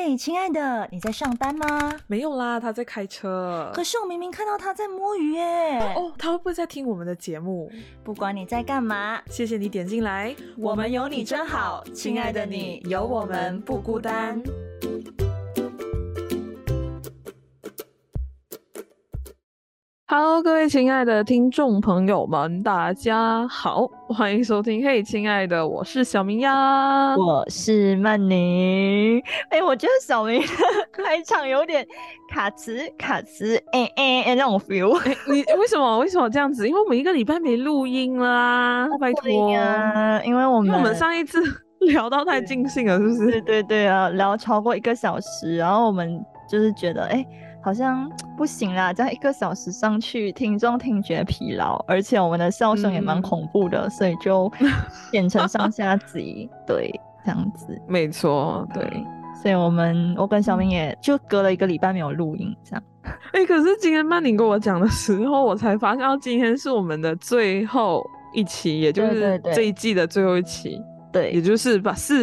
嘿，亲爱的，你在上班吗？ 没有啦，他在开车。 可是我明明看到他在摸鱼耶。 哦，他会不会在听我们的节目？ 不管你在干嘛， 谢谢你点进来。 我们有你真好，亲爱的你，有我们不孤单。 Hello， 各位亲爱的听众朋友们，大家好，欢迎收听。嘿，亲爱的，我是小明呀， 我是曼宁。我觉得小明的开场有点卡词那种 feel。 你为什么这样子？因为我们一个礼拜没录音啦，拜托。 因为我们上一次聊到太尽兴了，是不是？ 对啊，聊超过1个小时，然后我们就是觉得好像不行啦，这样1个小时上去，听众听觉疲劳，而且我们的笑声也蛮恐怖的，所以就剪成上下集，对，这样子。 没错，对。 所以我跟小明也就隔了1个礼拜没有录音，这样。 可是今天曼宁跟我讲的时候，我才发现今天是我们的最后一期，也就是这一季的最后一期， 对， 也就是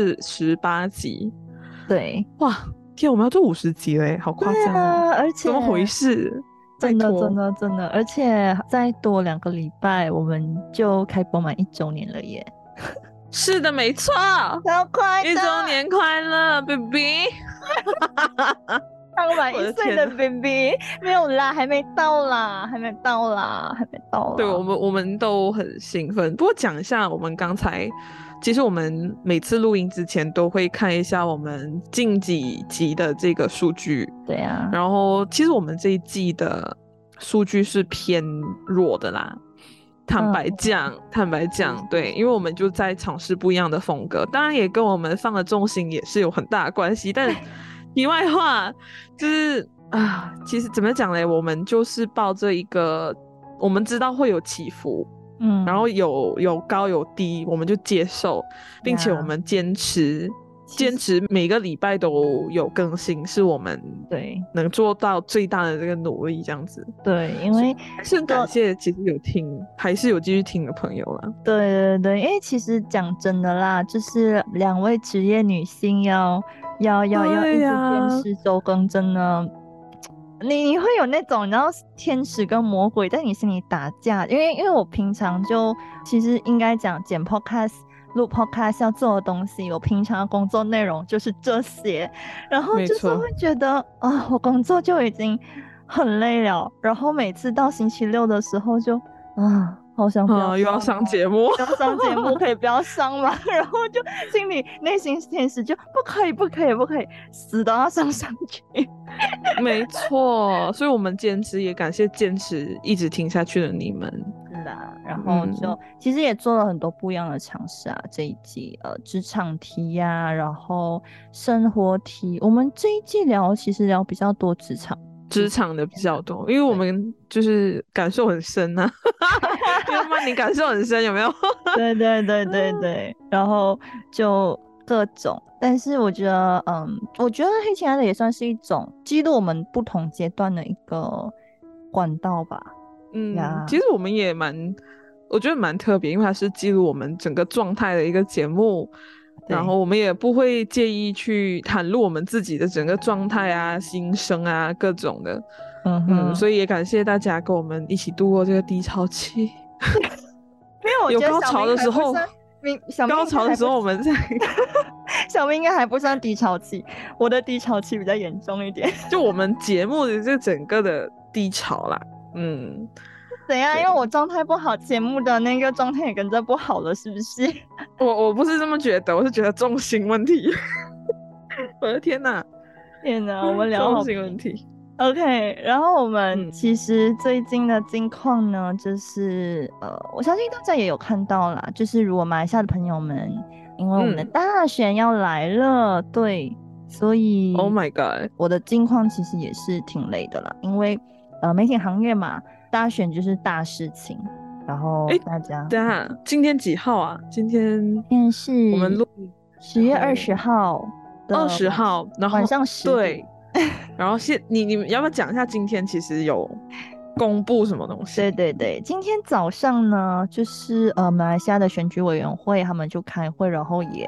48集。 对， 哇！天，我们要做50集嘞，好夸张啊！ 而且怎么回事？ 真的，而且再多2个礼拜，我们就开播满1周年了耶！ 是的，没错， 超快的 ！1周年快乐 ，baby！ 刚满1岁的 baby， 没有啦，还没到啦。对， 我们都很兴奋。不过讲一下，我们刚才。其实我们每次录音之前都会看一下我们近几集的这个数据， 对啊。 然后其实我们这一季的数据是偏弱的啦，坦白讲，对，因为我们就在尝试不一样的风格，当然也跟我们放的重心也是有很大的关系。但题外话就是其实怎么讲嘞，我们就是抱着一个我们知道会有起伏。然后有高有低，我们就接受，并且我们坚持每个礼拜都有更新，是我们对能做到最大的这个努力，这样子。对，因为还是很感谢其实有听，还是有继续听的朋友啦。 对，因为其实讲真的啦，就是2位职业女性要一直坚持周更，真的。你会有那种然后天使跟魔鬼在你心里打架，因为我平常就其实应该讲剪 podcast 录 podcast 要做的东西，我平常的工作内容就是这些，然后就是会觉得我工作就已经很累了，然后每次到星期六的时候就好想不要又要上节目可以不要上吗？然后就心里内心天使就不可以，死都要上去。 没错，所以我们也感谢坚持一直听下去的你们。 是的，然后就其实也做了很多不一样的尝试啊。这一季职场题呀，然后生活题，我们这一季其实聊比较多职场的比较多，因为我们就是感受很深啊。因为曼宁感受很深，有没有？ 对，然后就各种，但是我觉得黑亲爱的也算是一种记录我们不同阶段的一个管道吧。 其实我们也我觉得蛮特别，因为它是记录我们整个状态的一个节目，然后我们也不会介意去袒露我们自己的整个状态啊、心声啊各种的。所以也感谢大家跟我们一起度过这个低潮期。 因为我觉得有高潮的时候，我们在小明应该还不算低潮期，我的低潮期比较严重一点。 就我们节目的这整个的低潮啦。 怎样？因为我状态不好，节目的那个状态也跟着不好了，是不是？ 我不是这么觉得，我是觉得重心问题。我的天哪， 我们聊重心问题。 OK， 然后我们其实最近的近况呢，就是我相信大家也有看到啦，就是如果马来西亚的朋友们，因为我们的大选要来了，对，所以 Oh my God， 我的近况其实也是挺累的啦，因为媒体行业嘛，大选就是大事情，然后大家等下今天几号啊？今天是我们录 10月20号 20号，然后晚上10点。 然后你要不要讲一下今天其实有公布什么东西？ 对，今天早上呢，就是马来西亚的选举委员会他们就开会，然后也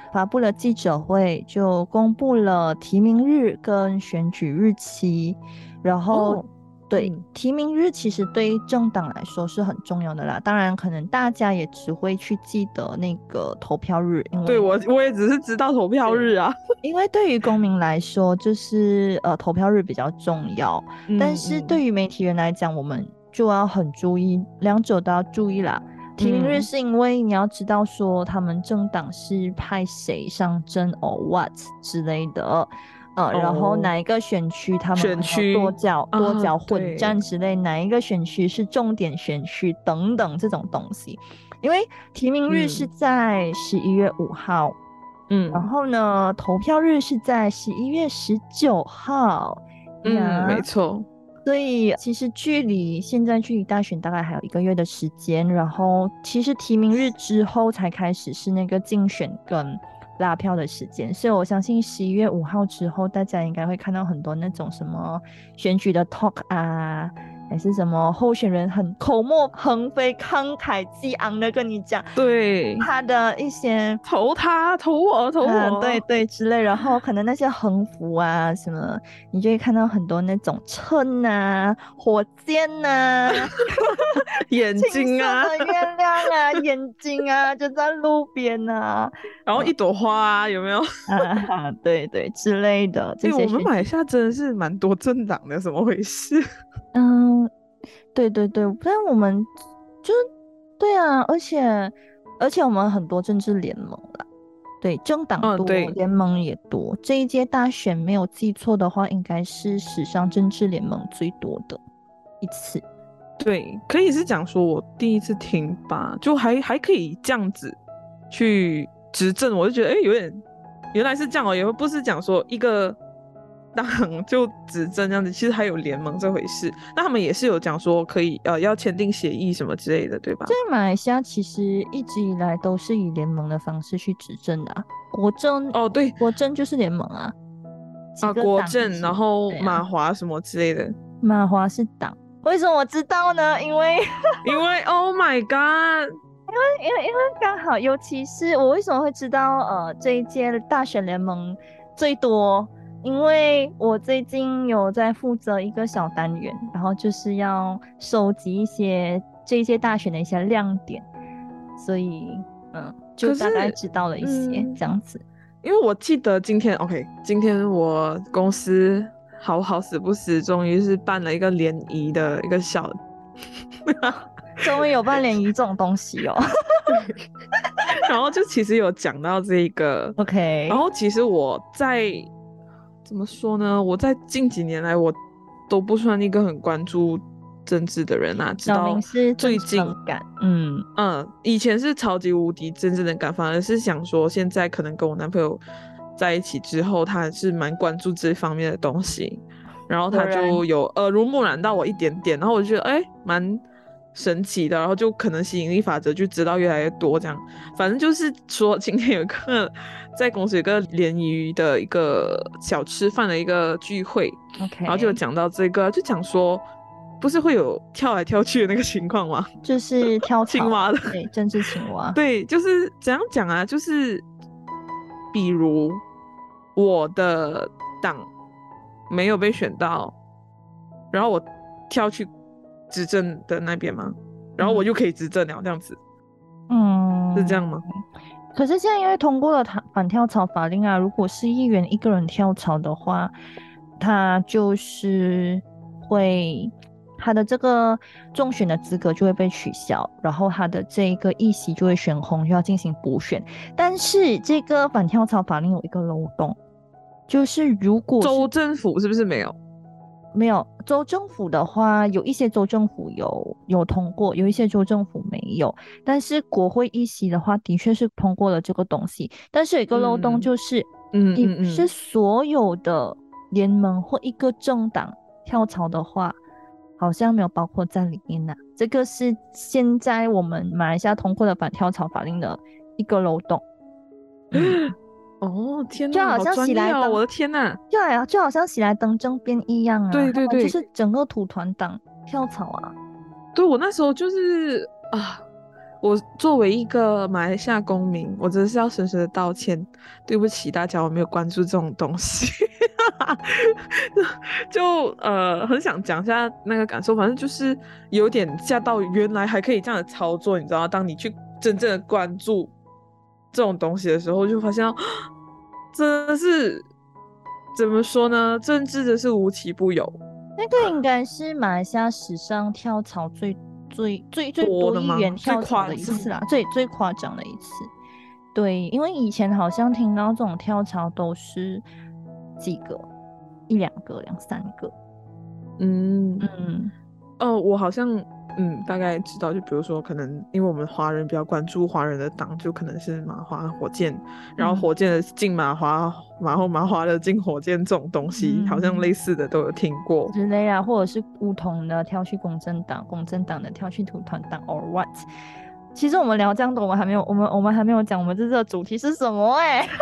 发布了记者会，就公布了提名日跟选举日期，然后对，提名日其实对政党来说是很重要的啦。当然，可能大家也只会去记得那个投票日，因为对我也只是知道投票日啊。 因为对于公民来说，就是投票日比较重要。但是对于媒体人来讲，我们就要很注意，两者都要注意啦。提名日是因为你要知道说他们政党是派谁上阵 or what 之类的。然后哪一个选区他们多角混战之类，哪一个选区是重点选区等等这种东西。因为提名日是在11月5号，然后呢，投票日是在11月19号， 没错。 所以其实距离大选大概还有1个月的时间，然后其实提名日之后才开始是那个竞选跟拉票的时间，所以我相信11月5号之后，大家应该会看到很多那种什么选举的 talk 啊，还是什么候选人很口沫横飞、慷慨激昂的跟你讲， 对他的一些投他、投我、投我， 对对之类，然后可能那些横幅啊什么，你就会看到很多那种秤啊、火箭啊、 眼睛啊、 青色的月亮啊、眼睛啊，就在路边啊， 然后一朵花啊，有没有？ 对对之类的。 我们马来西亚真的是蛮多政党的，怎么回事？ 对对对，但我们就是对啊，而且我们很多政治联盟啦，对，政党多，联盟也多。这一届大选没有记错的话，应该是史上政治联盟最多的一次。 对，可以是讲说我第一次听吧，就还可以这样子去执政，我就觉得有点原来是这样哦，也不是讲说一个党就执政这样子，其实还有联盟这回事。那他们也是有讲说可以要签订协议什么之类的，对吧？ 在马来西亚其实一直以来都是以联盟的方式去执政的啊。国政对， 国政就是联盟啊。 国政，然后马华什么之类的。 马华是党，为什么我知道呢？因为 Oh my god！ 因为刚好，尤其是我为什么会知道这一届大选联盟最多？因为我最近有在负责一个小单元，然后就是要收集这一届大选的一些亮点，所以就大概知道了一些这样子。 因为我记得今天我公司好死不死，终于是办了一个联谊的一个小， 终于有办联谊这种东西哦。 然后就其实有讲到这个 ，OK。 然后其实我在怎么说呢？我在近几年来，我都不算一个很关注政治的人啊。直到最近，以前是超级无敌政治能感，反而是想说，现在可能跟我男朋友在一起之后，他是蛮关注这方面的东西，然后他就有耳濡目染到我一点点，然后我就觉得蛮神奇的，然后就可能吸引力法则就知道越来越多这样。反正就是说今天有个在公司有个联谊的一个小吃饭的一个聚会，然后就有讲到这个，就讲说不是会有跳来跳去的那个情况吗？ 就是跳青蛙的， 对，政治青蛙。 对，就是怎样讲啊？就是比如我的党没有被选到，然后我跳去执政的那边吗？然后我就可以执政了，这样子，是这样吗？ 可是现在因为通过了反跳槽法令啊，如果是议员一个人跳槽的话，他就是他的这个中选的资格就会被取消，然后他的这一个议席就会悬空，就要进行补选。但是这个反跳槽法令有一个漏洞，就是如果州政府是不是没有？ 没有，州政府的话，有一些州政府有通过，有一些州政府没有。但是国会议席的话，的确是通过了这个东西。但是有一个漏洞就是，你是所有的联盟或一个政党跳槽的话，好像没有包括在里面啊。这个是现在我们马来西亚通过的反跳槽法令的一个漏洞。 哦，天哪， 就好像喜来登， 我的天哪， 就好像喜来登政变一样啊。 对对对， 就是整个土团党跳槽啊。 对，我那时候就是我作为一个马来西亚公民，我真的是要深深的道歉，对不起大家，我没有关注这种东西。很想讲一下那个感受，反正就是有点吓到，原来还可以这样的操作，你知道，当你去真正的关注这种东西的时候，就发现到真的是怎么说呢？政治的是无奇不有。 那个应该是马来西亚史上跳槽最多议员跳槽的一次啦，最夸张的一次。对，因为以前好像听到这种跳槽都是几个，一两个、两三个。 我好像大概知道，就比如说可能因为我们华人比较关注华人的党，就可能是马华火箭，然后火箭的进马华，然后马华的进火箭这种东西，好像类似的都有听过之类啊，或者是巫统的跳去公正党，公正党的跳去土团党 or what。其实我们聊这样多，我们还没有讲我们这次的主题是什么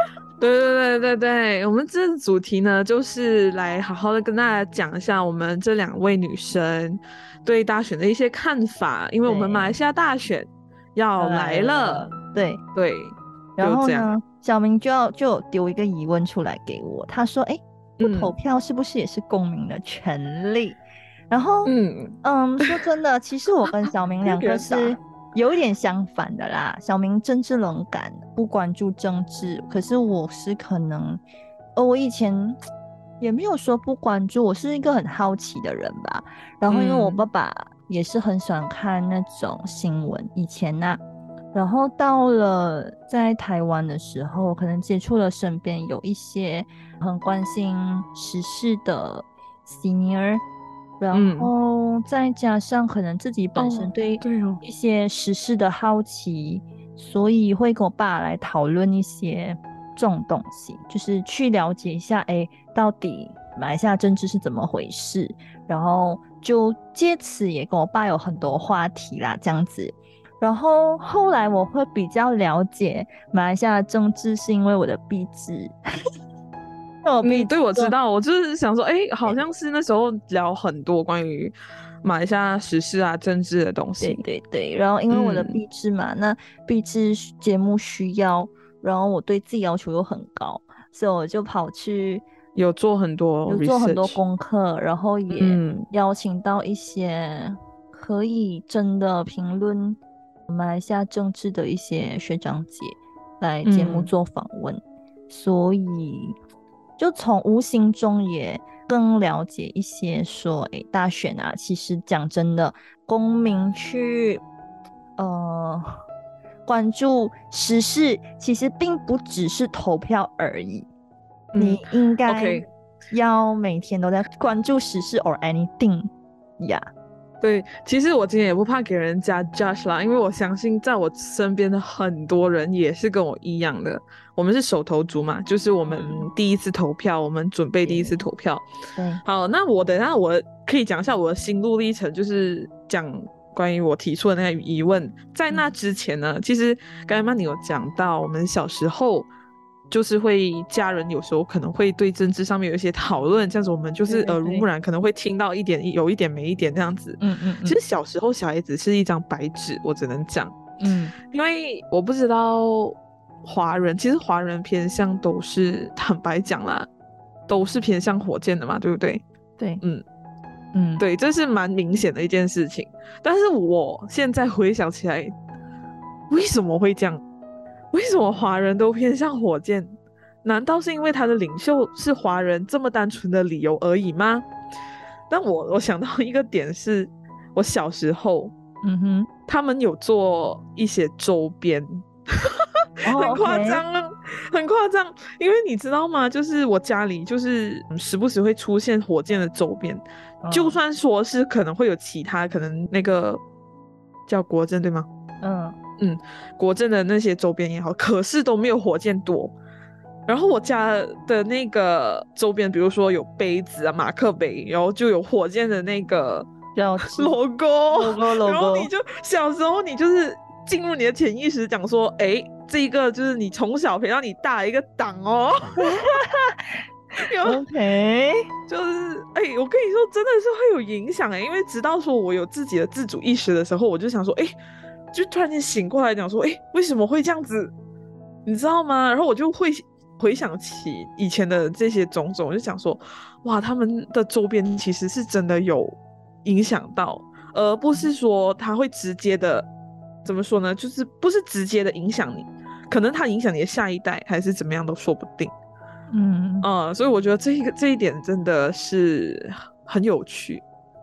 对，我们这次主题呢，就是来好好的跟大家讲一下我们这2位女生对大选的一些看法，因为我们马来西亚大选要来了。对， 然后呢，小明就有丢一个疑问出来给我，他说不投票是不是也是公民的权利？然后说真的，其实我跟小明两个是有一点相反的啦。小明政治冷感，不关注政治，可是我是可能我以前也没有说不关注，我是一个很好奇的人吧。然后因为我爸爸也是很喜欢看那种新闻，以前然后到了在台湾的时候，可能接触了身边有一些很关心时事的 senior， 然后再加上可能自己本身对一些时事的好奇，所以会跟我爸来讨论一些这种东西，就是去了解一下到底马来西亚政治是怎么回事，然后就借此也跟我爸有很多话题啦，这样子。然后后来我会比较了解马来西亚的政治，是因为我的壁纸。 对，我知道，我就是想说好像是那时候聊很多关于马来西亚时事啊政治的东西。 对，然后因为我的壁纸嘛，那壁纸节目需要，然后我对自己要求又很高，所以我就跑去有做很多功课，然后也邀请到一些可以真的评论马来西亚政治的一些学长姐来节目做访问，所以就从无形中也更了解一些说大选其实讲真的，公民去关注时事其实并不只是投票而已，你应该要每天都在关注时事 or anything 呀。 对，其实我今天也不怕给人家 judge 啦，因为我相信在我身边的很多人也是跟我一样的，我们是首投族嘛，就是我们第一次投票，我们准备第一次投票。 对， 好，那我等一下我可以讲一下我的心路历程，就是讲关于我提出的那个疑问。在那之前呢，其实刚才曼妮有讲到，我们小时候就是会家人有时候可能会对政治上面有一些讨论，这样子我们就是耳濡目染，可能会听到有一点没一点这样子。其实小时候小孩子是一张白纸，我只能讲，因为我不知道其实华人偏向都是坦白讲啦，都是偏向火箭的嘛，对不对？ 对， 对，这是蛮明显的一件事情。但是我现在回想起来，为什么会这样？为什么华人都偏向火箭？难道是因为他的领袖是华人这么单纯的理由而已吗？但我想到一个点是，我小时候，他们有做一些周边，很夸张啊，很夸张。因为你知道吗？就是我家里就是时不时会出现火箭的周边，就算说是可能会有其他，可能那个叫国政对吗？国政的那些周边也好，可是都没有火箭多。然后我家的那个周边，比如说有杯子啊、马克杯，然后就有火箭的那个 logo， 然后你就小时候你就是进入你的潜意识讲说，这一个就是你从小培养你大的一个党哦。 OK， 就是我跟你说真的是会有影响因为直到说我有自己的自主意识的时候，我就想说就突然间醒过来讲说，为什么会这样子，你知道吗？然后我就会回想起以前的这些种种，我就想说，哇，他们的周边其实是真的有影响到，而不是说他会直接的，怎么说呢？就是不是直接的影响你，可能他影响你的下一代还是怎么样都说不定。所以我觉得这一点真的是很有趣。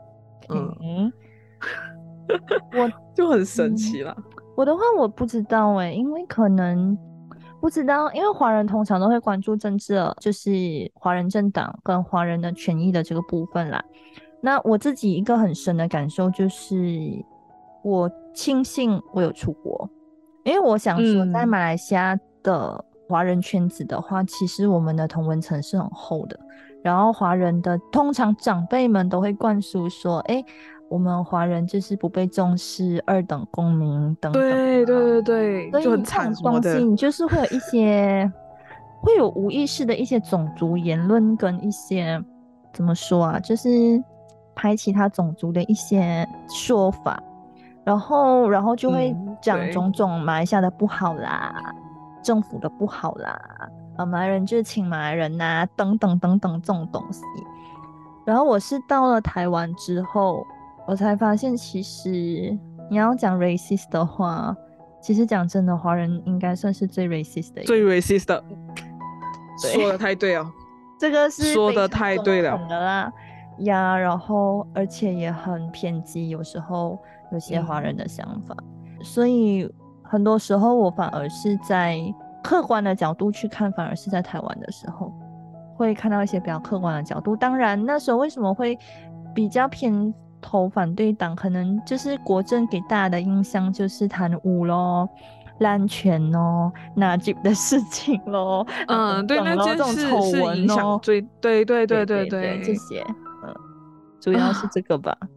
我就很神奇啦。 我的话我不知道因为可能不知道，因为华人通常都会关注政治，就是华人政党跟华人的权益的这个部分啦。那我自己一个很深的感受就是，我庆幸我有出国，因为我想说，在马来西亚的华人圈子的话，其实我们的同温层是很厚的，然后华人的通常长辈们都会灌输说，我们华人就是不被重视，二等公民等等。 对对对对， 所以就很惨这种东西，你就是会有一些，会有无意识的一些种族言论跟一些怎么说啊，就是排其他种族的一些说法，然后就会讲种种马来西亚的不好啦，政府的不好啦，马来人就是亲马来人呐，等等等等这种东西。然后我是到了台湾之后，我才发现，其实你要讲 racist 的话，其实讲真的，华人应该算是最 racist 的， 最 racist 的，说的太对了， 这个是说的太对了的啦呀，然后而且也很偏激，有时候有些华人的想法，所以很多时候我反而是在客观的角度去看，反而是在台湾的时候会看到一些比较客观的角度。当然那时候为什么会比较偏投反对党，可能就是国政给大家的印象就是贪污咯，滥权咯，拿 Jeep 的事情咯， 对，那件事是影响最对这些，主要是这个吧。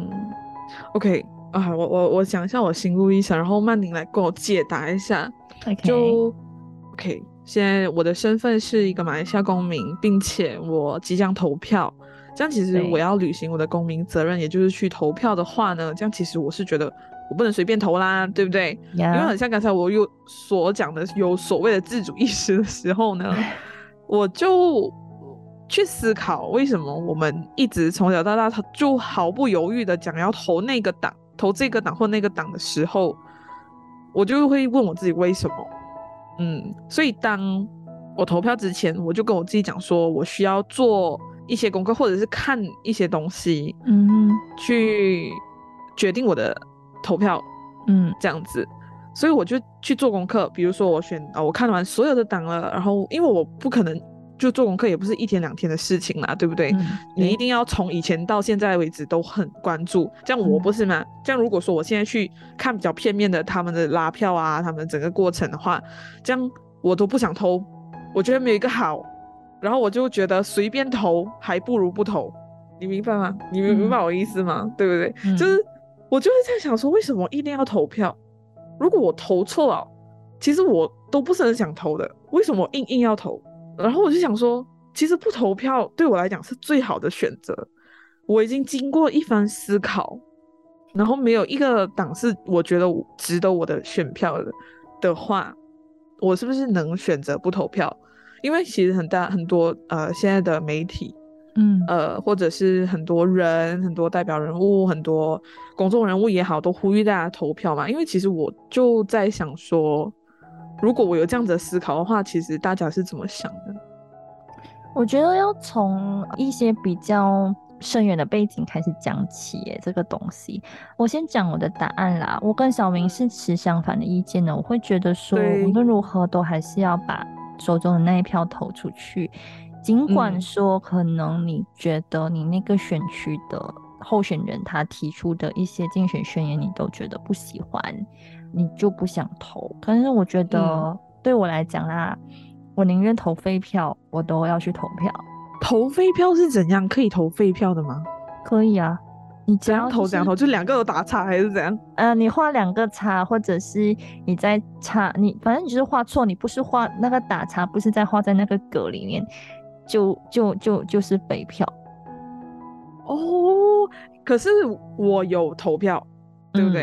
OK 啊，我想一下我心路历程，然后曼宁来跟我解答一下。就 OK， 现在我的身份是一个马来西亚公民，并且我即将投票。这样其实我要履行我的公民责任，也就是去投票的话呢，这样其实我是觉得我不能随便投啦，对不对？因为很像刚才我有所讲的，有所谓的自主意识的时候呢，我就去思考为什么我们一直从小到大就毫不犹豫的讲要投那个党，投这个党或那个党的时候，我就会问我自己为什么。所以当我投票之前，我就跟我自己讲说，我需要做一些功课，或者是看一些东西，去决定我的投票，这样子。所以我就去做功课，比如说我看完所有的党了，然后因为我不可能就做功课，也不是一天两天的事情啦，对不对？你一定要从以前到现在为止都很关注，这样我不是吗？这样如果说我现在去看比较片面的他们的拉票啊，他们整个过程的话，这样我都不想投，我觉得没有一个好，然后我就觉得随便投还不如不投，你明白吗？你明白我意思吗？对不对？就是我就会在想说，为什么一定要投票？如果我投错了，其实我都不是很想投的，为什么我硬要投？然后我就想说，其实不投票对我来讲是最好的选择。我已经经过一番思考，然后没有一个党是我觉得值得我的选票的话，我是不是能选择不投票？因为其实很多现在的媒体，或者是很多人、很多代表人物、很多公众人物也好，都呼吁大家投票嘛。因为其实我就在想说，如果我有这样子的思考的话，其实大家是怎么想的？ 我觉得要从一些比较深远的背景开始讲起耶，这个东西。我先讲我的答案啦。我跟小明是持相反的意见的，我会觉得说，无论如何都还是要把手中的那一票投出去。尽管说可能你觉得你那个选区的候选人他提出的一些竞选宣言你都觉得不喜欢，你就不想投。可是我觉得对我来讲啦，我宁愿投废票，我都要去投票。 投废票是怎样？可以投废票的吗？ 可以啊，你怎样投？就两个都打叉还是怎样？ 你画两个叉，或者是你在叉，反正你就是画错，你不是画那个打叉，不是在画在那个格里面，就是废票。 哦，可是我有投票，对不对？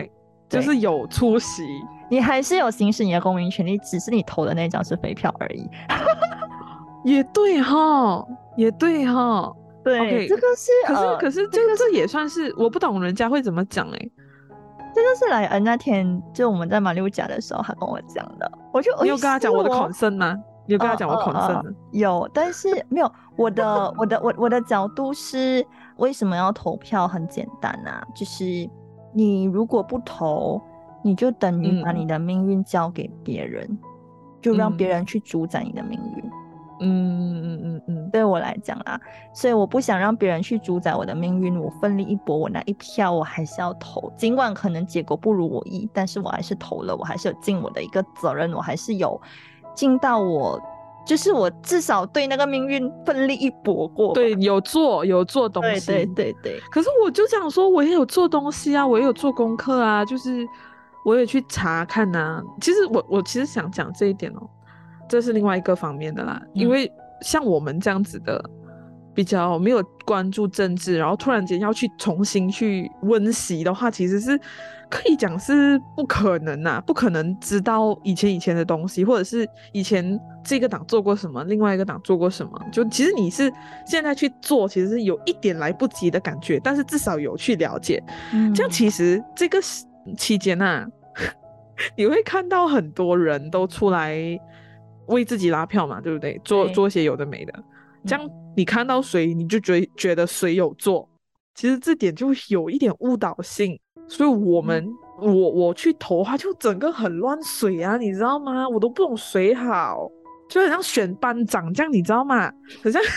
就是有出席， 你还是有行使你的公民权利，只是你投的那张是废票而已。 也对哈，也对哈。 对， OK， 这个是可是这也算是我不懂人家会怎么讲这个是莱恩那天就我们在马六甲的时候他跟我讲的， 你有跟他讲我的 concern 吗？你有跟他讲我 concern 吗？ 有，但是没有。我的角度是为什么要投票？很简单啊，就是你如果不投，你就等于把你的命运交给别人，就让别人去主宰你的命运。对我来讲啦，所以我不想让别人去主宰我的命运，我奋力一搏，我那一票我还是要投，尽管可能结果不如我意，但是我还是投了，我还是有尽我的一个责任，我还是有尽到就是我至少对那个命运奋力一搏过。 对，有做东西。 对。 可是我就想说，我也有做东西啊，我也有做功课啊，就是我也去查看啊。其实我其实想讲这一点哦，这是另外一个方面的啦，因为像我们这样子的比较没有关注政治，然后突然间要去重新去温习的话，其实是可以讲是不可能啊，不可能知道以前的东西，或者是以前这个党做过什么，另外一个党做过什么，就其实你是现在去做，其实是有一点来不及的感觉，但是至少有去了解。这样其实这个期间啊你会看到很多人都出来为自己拉票嘛，对不对？做些有的没的，这样你看到谁你就觉得谁有做，其实这点就有一点误导性，所以我去投的话就整个很乱水啊，你知道吗？我都不懂谁好，就很像选班长这样，你知道吗？很像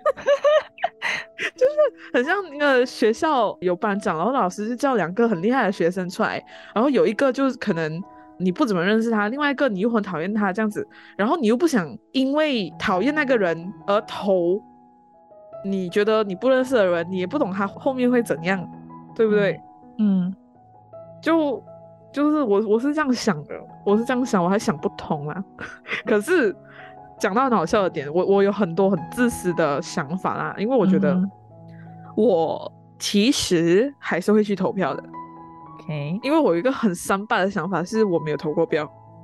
就是很像那个学校有班长，然后老师就叫2个很厉害的学生出来，然后有一个就是可能你不怎么认识他，另外一个你又很讨厌他这样子，然后你又不想因为讨厌那个人而投你觉得你不认识的人，你也不懂他后面会怎样，对不对？就是我是这样想的，我是这样想，我还想不通啦。可是讲到很好笑的点，我有很多很自私的想法啦，因为我觉得我其实还是会去投票的。因为我有一个很三败的想法，是我没有投过票。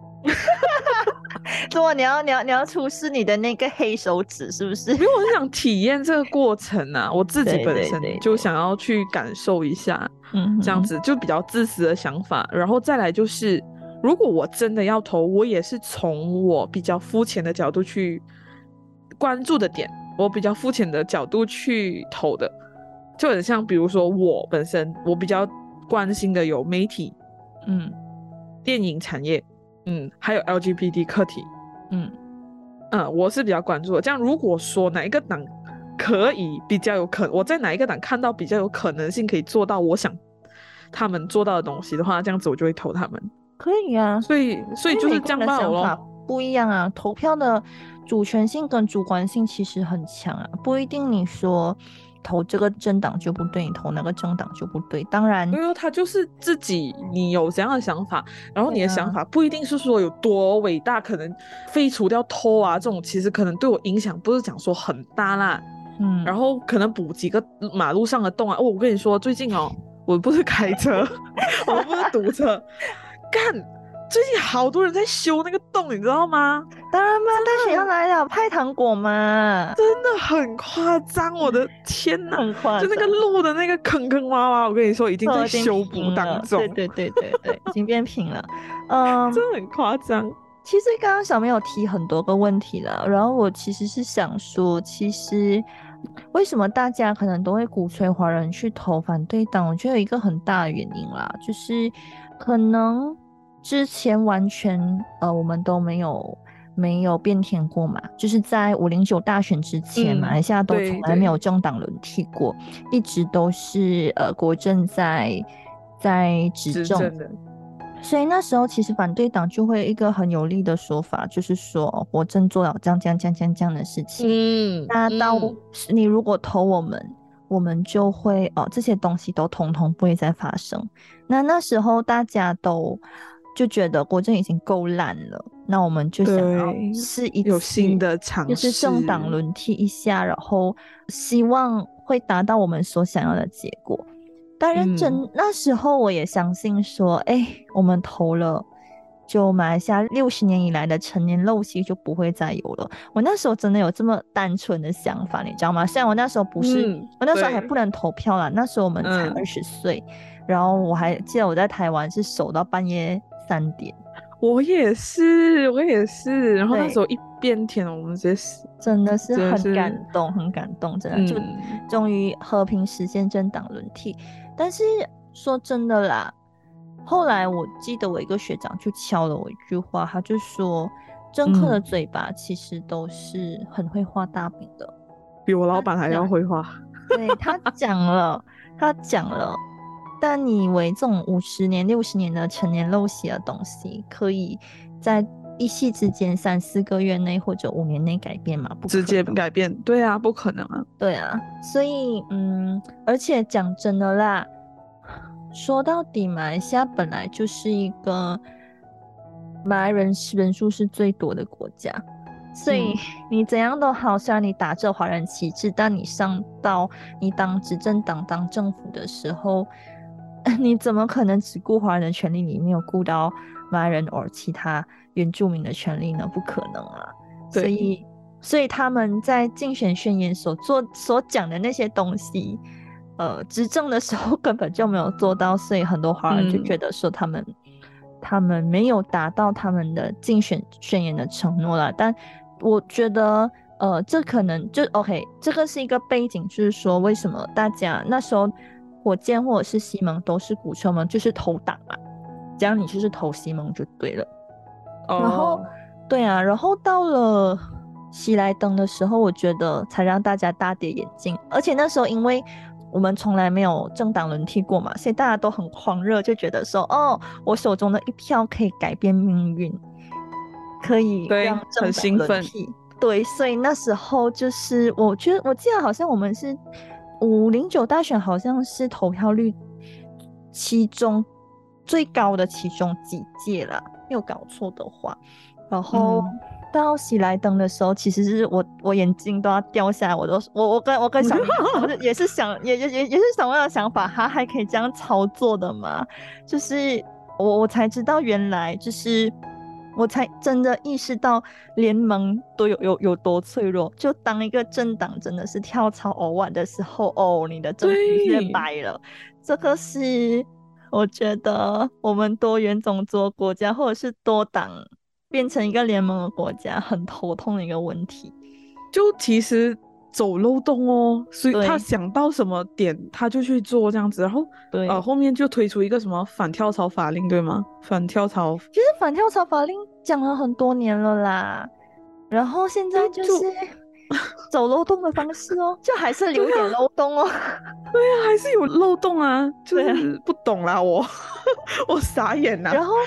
怎么你要出示你的那个黑手指是不是？ 因为我很想体验这个过程啊，我自己本身就想要去感受一下，这样子就比较自私的想法。然后再来就是，如果我真的要投，我也是从我比较肤浅的角度去关注的点，我比较肤浅的角度去投的，就很像比如说我本身我比较关心的有媒体，电影产业，还有 LGBT 课题，我是比较关注的。这样如果说哪一个党可以比较有可能，我在哪一个党看到比较有可能性可以做到我想他们做到的东西的话，这样子我就会投他们。 可以啊， 所以就是这样罢了咯。 不一样啊，投票的主权性跟主观性其实很强啊，不一定你说投这个政党就不对，你投那个政党就不对。当然， 因为他就是自己，你有怎样的想法，然后你的想法不一定是说有多伟大，可能废除掉偷啊这种，其实可能对我影响不是讲说很大啦。然后可能补几个马路上的洞啊。我跟你说，最近我不是开车，我不是堵车，干。最近好多人在修那个洞，你知道吗？ 当然嘛，大学要来了，派糖果嘛， 真的很夸张，我的天哪， 很夸张， 就那个路的那个坑坑洼洼，我跟你说已经在修补当中， 对，已经变平了， 真的很夸张。 其实刚刚小妹有提很多个问题了，然后我其实是想说，其实为什么大家可能都会鼓吹华人去投反对党？我觉得有一个很大的原因啦，就是可能之前完全我们都没有变天过嘛，就是在509大选之前，马来西亚都从来没有政党轮替过，一直都是国政在执政的。所以那时候其实反对党就会一个很有力的说法，就是说国政做了这样的事情，那到你如果投我们就会这些东西都统统不会再发生。那时候大家都就觉得国政已经够烂了，那我们就想要试一次有新的尝试， 就是政党轮替一下，然后希望会达到我们所想要的结果。 当然那时候我也相信说，我们投了，就马来西亚60年以来的成年陋习就不会再有了。我那时候真的有这么单纯的想法，你知道吗？虽然我那时候不是，我那时候还不能投票啦，那时候我们才20岁，然后我还记得我在台湾是守到半夜3点。 我也是，然后那时候一变天，我们直接死， 真的是很感动，很感动，真的就终于和平实现政党轮替。但是说真的啦，后来我记得我一个学长就敲了我一句话，他就说政客的嘴巴其实都是很会画大饼的， 比我老板还要会画。 对，他讲了，但你以为这种50年、60年的陈年陋习的东西，可以在一夕之间3、4个月内或者5年内改变吗？不可能， 直接改变，对啊，不可能啊。 对啊，所以而且讲真的啦，说到底，马来西亚本来就是一个马来人数是最多的国家，所以你怎样都好，虽然你打着华人旗帜，但你上到你当执政党、当政府的时候，你怎么可能只顾华人的权利，你没有顾到马来人或其他原住民的权利呢？不可能啊！所以他们在竞选宣言所讲的那些东西，执政的时候根本就没有做到，所以很多华人就觉得说他们没有达到他们的竞选宣言的承诺啦。但我觉得这可能就 OK， 这个是一个背景，就是说为什么大家那时候火箭或者是西蒙都是鼓吹我们就是投党嘛，这样你就是投西蒙就对了。然后对啊，然后到了喜来登的时候，我觉得才让大家大跌眼镜。而且那时候因为我们从来没有政党轮替过嘛，所以大家都很狂热，就觉得说我手中的一票可以改变命运，可以让政党轮替。对，所以那时候就是我记得好像我们是509大选，好像是投票率其中最高的其中几届啦，没有搞错的话。然后到喜来登的时候，其实是我眼睛都要掉下来，我跟小明也是想也是同样的想法，他还可以这样操作的吗？就是我才知道原来就是我才真的意识到联盟都有多脆弱。就当一个政党真的是跳槽偶晚的时候，你的政府是白了。这个是我觉得我们多元种族国家或者是多党变成一个联盟的国家很头痛的一个问题。 就其实走漏洞哦，所以他想到什么点他就去做这样子，然后后面就推出一个什么反跳槽法令，对吗？反跳槽其实反跳槽法令讲了很多年了啦，然后现在就是走漏洞的方式哦，就还是留点漏洞哦。 对啊，还是有漏洞啊，就是不懂啦，我傻眼啦。 然后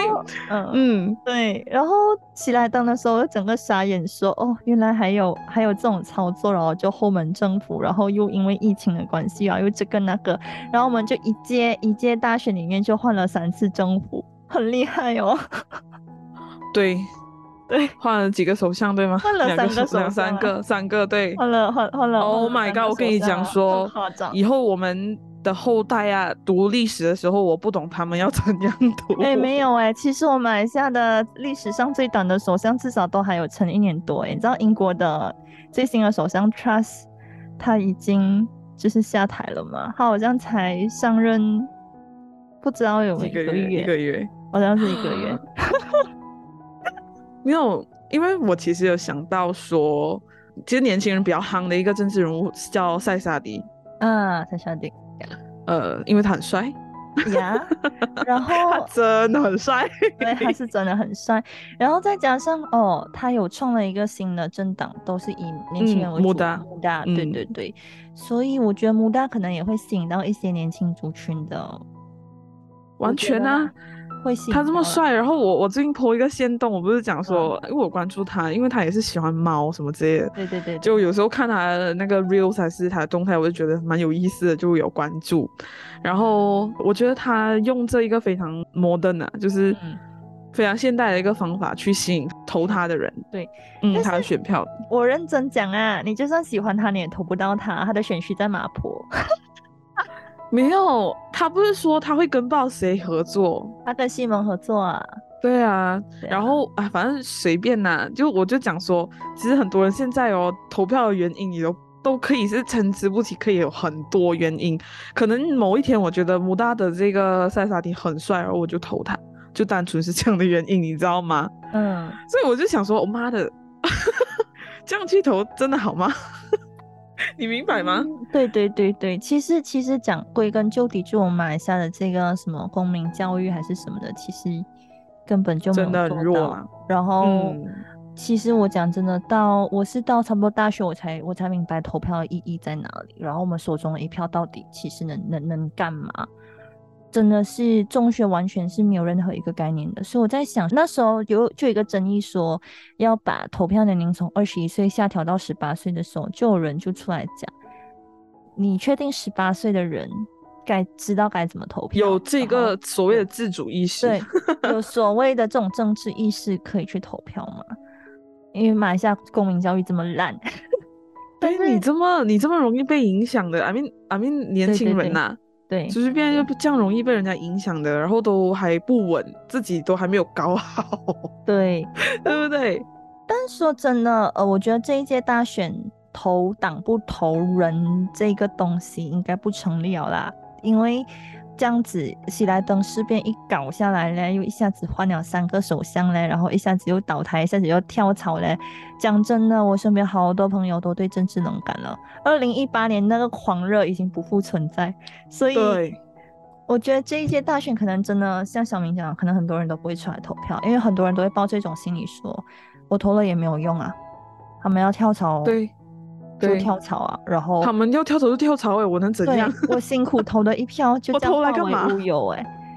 对，然后喜来登的时候，整个傻眼说，原来还有这种操作，然后就后门政府，然后又因为疫情的关系啊，又这个那个，然后我们就一届大选里面就换了3次政府，很厉害哦。 对，换了几个首相对吗？ 换了3个首相， 三个对， 换了。 Oh my god！ 我跟你讲说，以后我们的后代啊，读历史的时候，我不懂他们要怎样读。 没有其实我马来西亚的历史上最短的首相至少都还有撑1年多。你知道英国的最新的首相 Truss 他已经就是下台了吗？他好像才上任，不知道有没有一个月，好像是1个月。 没有，因为我其实有想到说，其实年轻人比较夯的一个政治人物叫塞沙迪塞沙迪， 因为他很帅呀，然后他真的很帅， 对，他是真的很帅，然后再加上他有创了一个新的政党，都是以年轻人为主，穆大，对，所以我觉得穆大可能也会吸引到一些年轻族群的， 完全啊。 会吸引他这么帅，然后我最近 po 一个限动，我不是讲说，因为我关注他，因为他也是喜欢猫什么之类的， 对， 就有时候看他的那个 reels 还是他的动态，我就觉得蛮有意思的，就有关注。然后我觉得他用这一个非常 modern 就是非常现代的一个方法去吸引投他的人， 对， 他的选票。 我认真讲啊，你就算喜欢他，你也投不到他，他的选区在麻坡。 没有，他不是说他会跟报谁合作？ 他跟西蒙合作啊。 对啊， 对啊， 然后啊，反正随便啦，我就讲说，其实很多人现在投票的原因，你都可以是参差不齐，可以有很多原因。可能某一天我觉得穆大的这个塞萨迪很帅，然后我就投他，就单纯是这样的原因，你知道吗？所以我就想说，我妈的，这样去投真的好吗？你明白吗？ 对对对对，其实讲归根究底，就我们马来西亚的这个什么公民教育还是什么的，其实根本就没有真的很做到。 弱啦。 然后，其实我讲真的，我是到差不多大学我才明白投票的意义在哪里，然后我们手中的一票到底其实能干嘛？真的是中学完全是没有任何一个概念的，所以我在想，那时候就有一个争议说要把投票年龄从21岁下调到18岁的时候，就有人就出来讲，你确定18岁的人知道该怎么投票， 有这个所谓的自主意识， 对，有所谓的这种政治意识可以去投票吗？因为马来西亚公民教育这么烂，但是你这么容易被影响的，I mean 年轻人呐、 对， 随随便就这样容易被人家影响的，然后都还不稳，自己都还没有搞好， 对， 对不对？ 但是说真的，我觉得这一届大选投党不投人这个东西应该不成立了啦，因为这样子喜来登事变一搞下来嘞，又一下子换了3个首相嘞，然后一下子又倒台，一下子又跳槽嘞。讲真的，我身边好多朋友都对政治冷感了。2018年那个狂热已经不复存在，所以我觉得这一届大选可能真的像小明讲，可能很多人都不会出来投票，因为很多人都会抱这种心理说，我投了也没有用啊，他们要跳槽， 对， 就跳槽啊，然后他们要跳槽就跳槽，我能怎样？ 我辛苦投的一票就这样化为乌有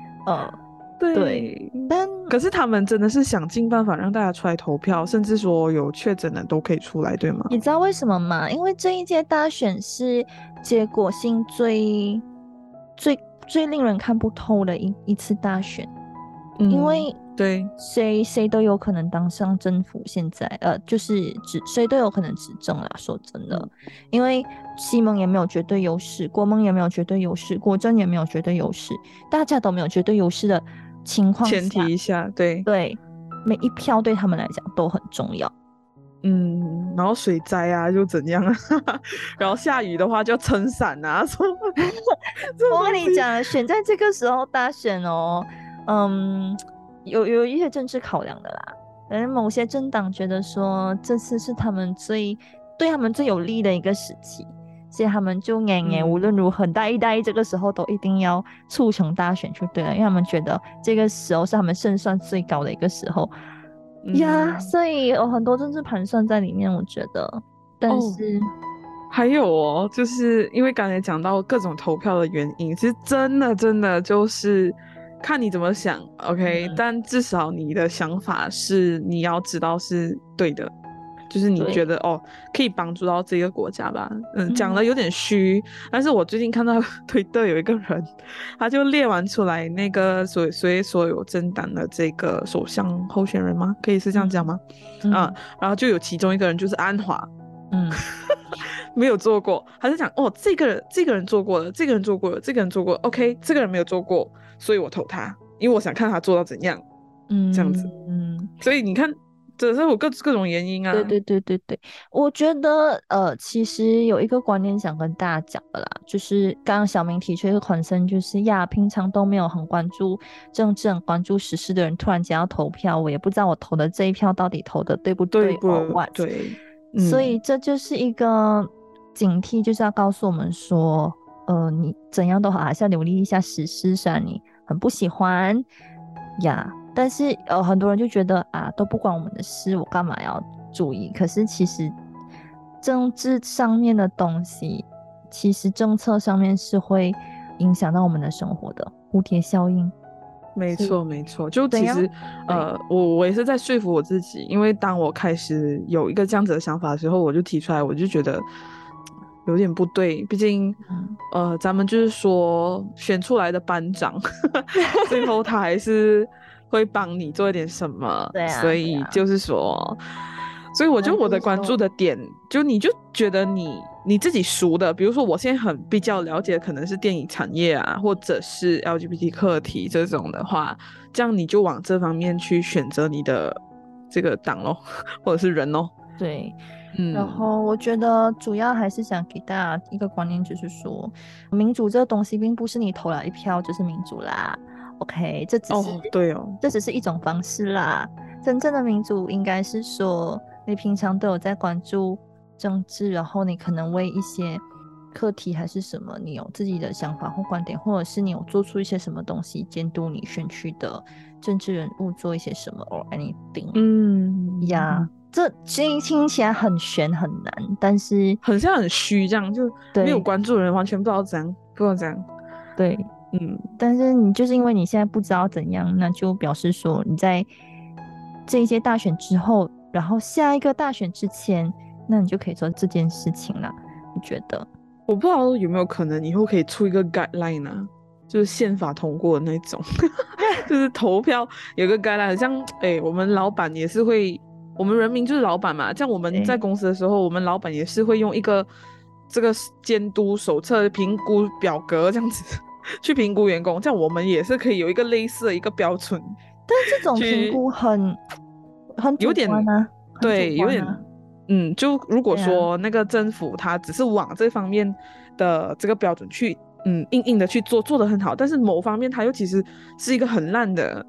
对， 但可是他们真的是想尽办法让大家出来投票，甚至说有确诊的都可以出来，对吗？ 你知道为什么吗？因为这一届大选是结果性最令人看不透的一次大选，因为对谁都有可能当上政府，现在就是谁都有可能执政啦。说真的，因为西蒙也没有绝对优势，国盟也没有绝对优势，国政也没有绝对优势，大家都没有绝对优势的情况下， 前提下，对， 每一票对他们来讲都很重要。 然后水灾啊就怎样啊，然后下雨的话就撑伞啊，什么？ 我跟你讲，选在这个时候大选哦，有一些政治考量的啦。可能某些政党觉得说这次是对他们最有利的一个时期，所以他们就无论如何大一这个时候都一定要促成大选就对了，因为他们觉得这个时候是他们胜算最高的一个时候。所以有很多政治盘算在里面，我觉得。但是还有就是因为刚才讲到各种投票的原因，其实真的就是看你怎么想 ，OK，但至少你的想法是你要知道是对的，就是你觉得可以帮助到这个国家吧。讲的有点虚，但是我最近看到推特有一个人，他就列完出来那个所有政党的这个首相候选人吗？可以是这样讲吗？然后就有其中一个人就是安华。没有做过，他就讲这个人做过了，这个人做过了，这个人做过了 ，OK， 这个人没有做过，所以我投他，因为我想看他做到怎样，这样子，所以你看，这是有各种原因啊。 对，我觉得其实有一个观念想跟大家讲的啦，就是刚刚小明提出一个 concern，就是平常都没有很关注政治、很关注时事的人，突然间要投票，我也不知道我投的这一票到底投的对不对， 对。 所以这就是一个警惕，就是要告诉我们说，你怎样都好，还是要留意一下时事，虽然你很不喜欢但是很多人就觉得都不关我们的事，我干嘛要注意？可是其实政治上面的东西，其实政策上面是会影响到我们的生活的，蝴蝶效应。 没错，就其实我也是在说服我自己，因为当我开始有一个这样子的想法的时候，我就提出来，我就觉得有点不对，毕竟咱们就是说选出来的班长最后他还是会帮你做一点什么，所以就是说所以我觉得我的关注的点，就你就觉得你自己熟的，比如说我现在比较了解，可能是电影产业啊，或者是 LGBT 课题这种的话，这样你就往这方面去选择你的这个党咯，或者是人咯。 对，然后我觉得主要还是想给大家一个观念，就是说，民主这个东西并不是你投了一票就是民主啦。OK， 对哦， 这只是一种方式啦。真正的民主应该是说，你平常都有在关注政治，然后你可能为一些课题还是什么，你有自己的想法或观点，或者是你有做出一些什么东西监督你选区的政治人物做一些什么 or anything。呀，这听起来很玄很难，但是很像很虚这样，就没有关注的人完全不知道怎样，不知道怎样。 对，但是你就是因为你现在不知道怎样，那就表示说你在这一届大选之后，然后下一个大选之前，那你就可以做这件事情了。你觉得？ 我不知道有没有可能以后可以出一个 guideline 啊，就是宪法通过的那种，就是投票有个 guideline， 很像我们老板也是会，我们人民就是老板嘛，这样我们在公司的时候，我们老板也是会用一个这个监督手册、评估表格这样子去评估员工，这样我们也是可以有一个类似的一个标准。 但这种评估很主观啊， 对，有点就如果说那个政府他只是往这方面的这个标准去硬的去做得很好，但是某方面他又其实是一个很烂的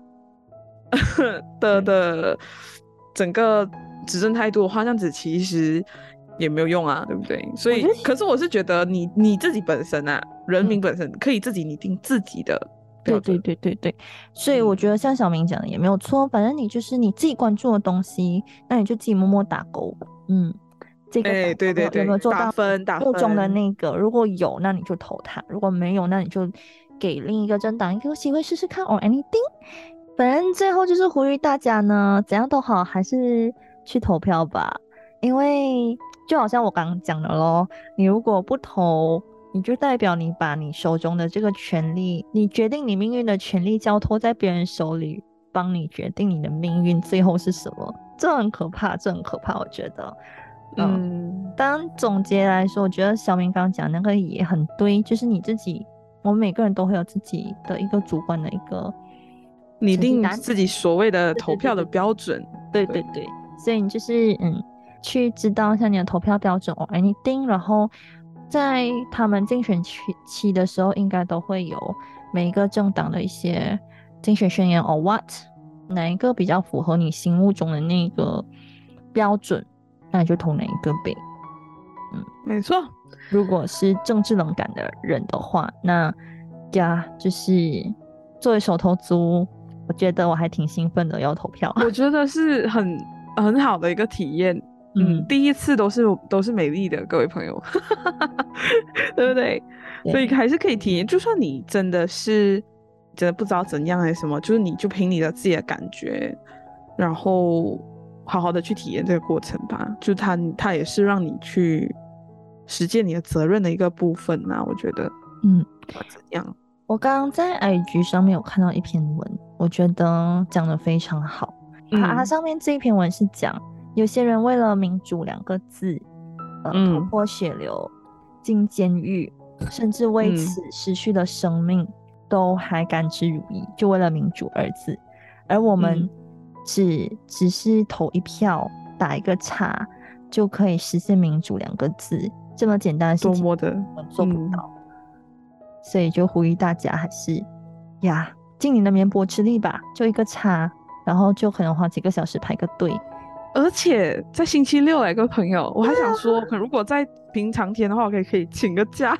的整个执政态度的话，这样子其实也没有用啊，对不对？所以可是我是觉得你自己本身啊，人民本身可以自己拟定自己的标准。 对，所以我觉得像小明讲的也没有错，反正你就是你自己关注的东西，那你就自己默默打勾。这个对有没有做到打分中的那个？如果有，那你就投他；如果没有，那你就给另一个政党一个机会试试看，or anything。反正最后就是呼吁大家呢，怎样都好，还是去投票吧。因为就好像我刚刚讲的咯，你如果不投，你就代表你把你手中的这个权利，你决定你命运的权利交托在别人手里，帮你决定你的命运最后是什么。这很可怕，我觉得。当总结来说，我觉得小明刚刚讲那个也很对，就是你自己，我们每个人都会有自己的一个主观的一个拟定自己所谓的投票的标准。 对，所以你就是去知道一下你的投票标准or anything，然后在他们竞选期的时候，应该都会有每一个政党的一些竞选宣言or what， 哪一个比较符合你心目中的那个标准，那你就投哪一个呗。 没错。 如果是政治冷感的人的话，那就是作为手头族，我觉得我还挺兴奋的要投票。 我觉得是很好的一个体验。第一次都是美丽的，各位朋友，对不对？所以还是可以体验，就算你真的不知道怎样还是什么，就是你就凭你的自己的感觉，然后好好的去体验这个过程吧。就它也是让你去实践你的责任的一个部分啊，我觉得。怎样？ 我刚刚在 IG 上面有看到一篇文，我觉得讲得非常好。它上面这一篇文是讲，有些人为了民主2个字，头破血流，进监狱，甚至为此失去了生命，都还甘之如饴，就为了民主2字。而我们只是投一票，打一个叉，就可以实现民主2个字，这么简单的事情， 多么的我们做不到。所以就呼吁大家还是尽你的绵薄之力吧，就一个叉，然后就可能花几个小时排个队。 而且在星期六来个朋友，我还想说，如果在平常天的话，我可以请个假，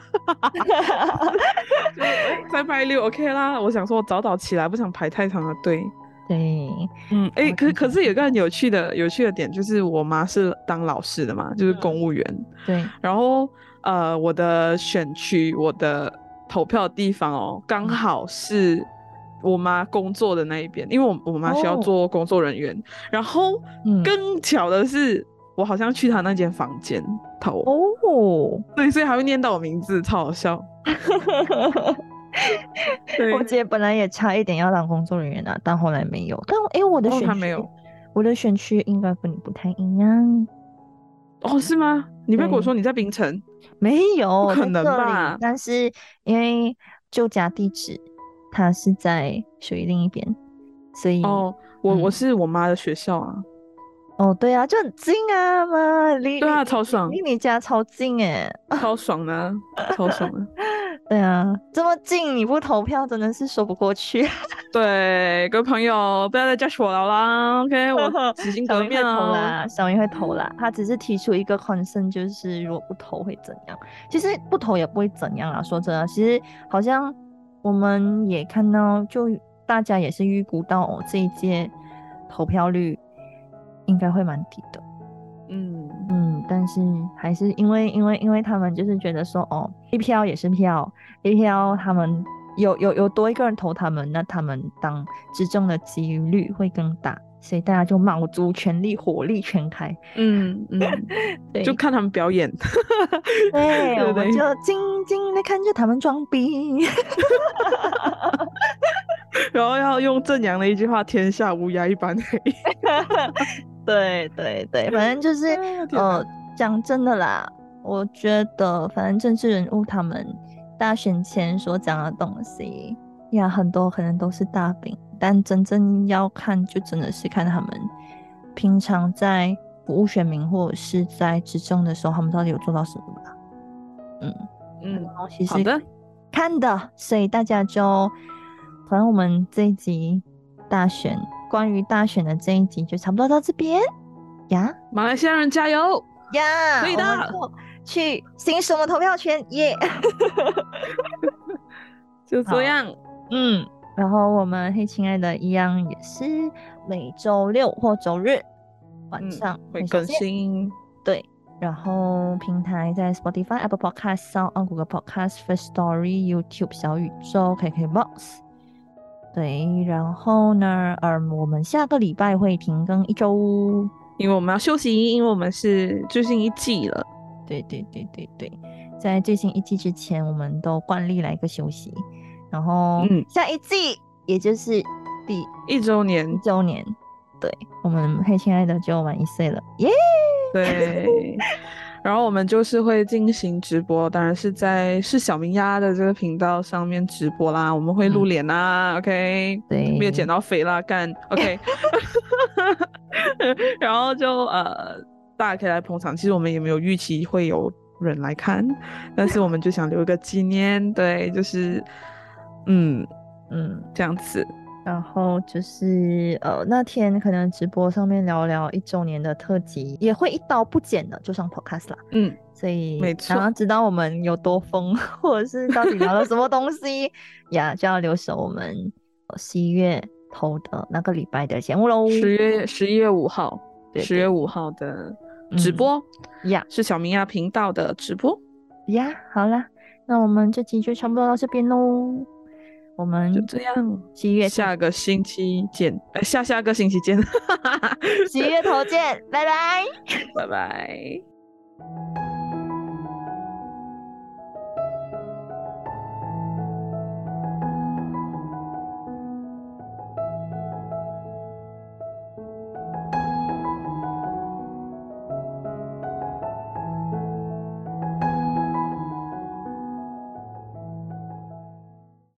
在拜六 OK 啦。我想说早起来，不想排太长的队。 对， 可是有个很有趣的点，就是我妈是当老师的嘛，就是公务员。 对， 然后我的选区，我的投票的地方刚好是我妈工作的那一边，因为我妈需要做工作人员。然后更巧的是，我好像去她那间房间投对，所以还会念到我名字，超好笑。 我姐本来也差一点要当工作人员但后来没有。但我的选区， 没有， 我的选区应该跟你不太一样。 哦，是吗？你不要跟我对， 说你在槟城， 没不有在可能这里， 吧？ 但是因为旧家地址它是在属于另一边，所以哦，我嗯。 是我妈的学校啊。 哦，对啊，就很近啊嘛，离对啊， 离离超爽， 离离你家超近诶。 超爽的啊，超爽的。 对啊，这么近你不投票真的是说不过去。 对，各位朋友，不要再 judge 我了啦，OK，我洗心革面小明会投哦。 啦，小明会投啦。他只是提出一个 concern，就是如果不投会怎样？其实不投也不会怎样啊。说真的，其实好像我们也看到，就大家也是预估到哦，这一届投票率应该会蛮低的。 嗯但是还是因为他们就是觉得说，哦，一票也是票，一票他们有多一个人投他们，那他们当执政的几率会更大，所以大家就卯足全力，火力全开。 嗯，就对看他们表演， 对， 对不对？ 我们就静静的看着他们装逼。 然后要用正阳的一句话："天下乌鸦一般黑。" 对对对，反正就是啊，天哪！ 讲真的啦，我觉得反正政治人物他们大选前所讲的东西呀，很多可能都是大饼，但真正要看就真的是看他们平常在服务选民或者是在执政的时候，他们到底有做到什么吧。很多东西是好的， 看的，所以大家就，反正我们这一集大选，关于大选的这一集就差不多到这边呀马来西亚人加油，可呀， 以的， 我们就去行使我们投票权耶。 就这好， 样。 然后我们嘿亲爱的一样也是每周六或周日晚上会更会上线。 新。 对，然后平台在 Spotify、Apple Podcast、Google Podcast、First Story、YouTube 小宇宙、KKBox。对，然后呢，我们下个礼拜会停更一周。 因为我们要休息，因为我们是最新一季了。 对对对对对，在最新一季之前，我们都惯例来个休息，然后下一季也就是第 1周年 1周年，对，我们嘿亲爱的就满1岁了，耶！ 对，然后我们就是会进行直播，当然是在小明鸭的这个频道上面直播啦，我们会露脸啦，OK， 对， 没有减到肥啦，干 OK， 然后就大家可以来捧场，其实我们也没有预期会有人来看，但是我们就想留一个纪念，对，就是这样子。 然后就是那天可能直播上面聊聊1周年的特辑，也会一刀不剪的就上 podcast 啦。所以没错， 想要知道我们有多疯，或者是到底聊了什么东西呀，就要留守我们11月头的那个礼拜的节目喽。 11月5号， 对 10月5号的直播呀， 是小明鸭频道的直播呀。好啦，那我们这集就差不多到这边喽。我们就这样 11月下个星期见，下个星期见 11月头见，拜拜， 拜拜。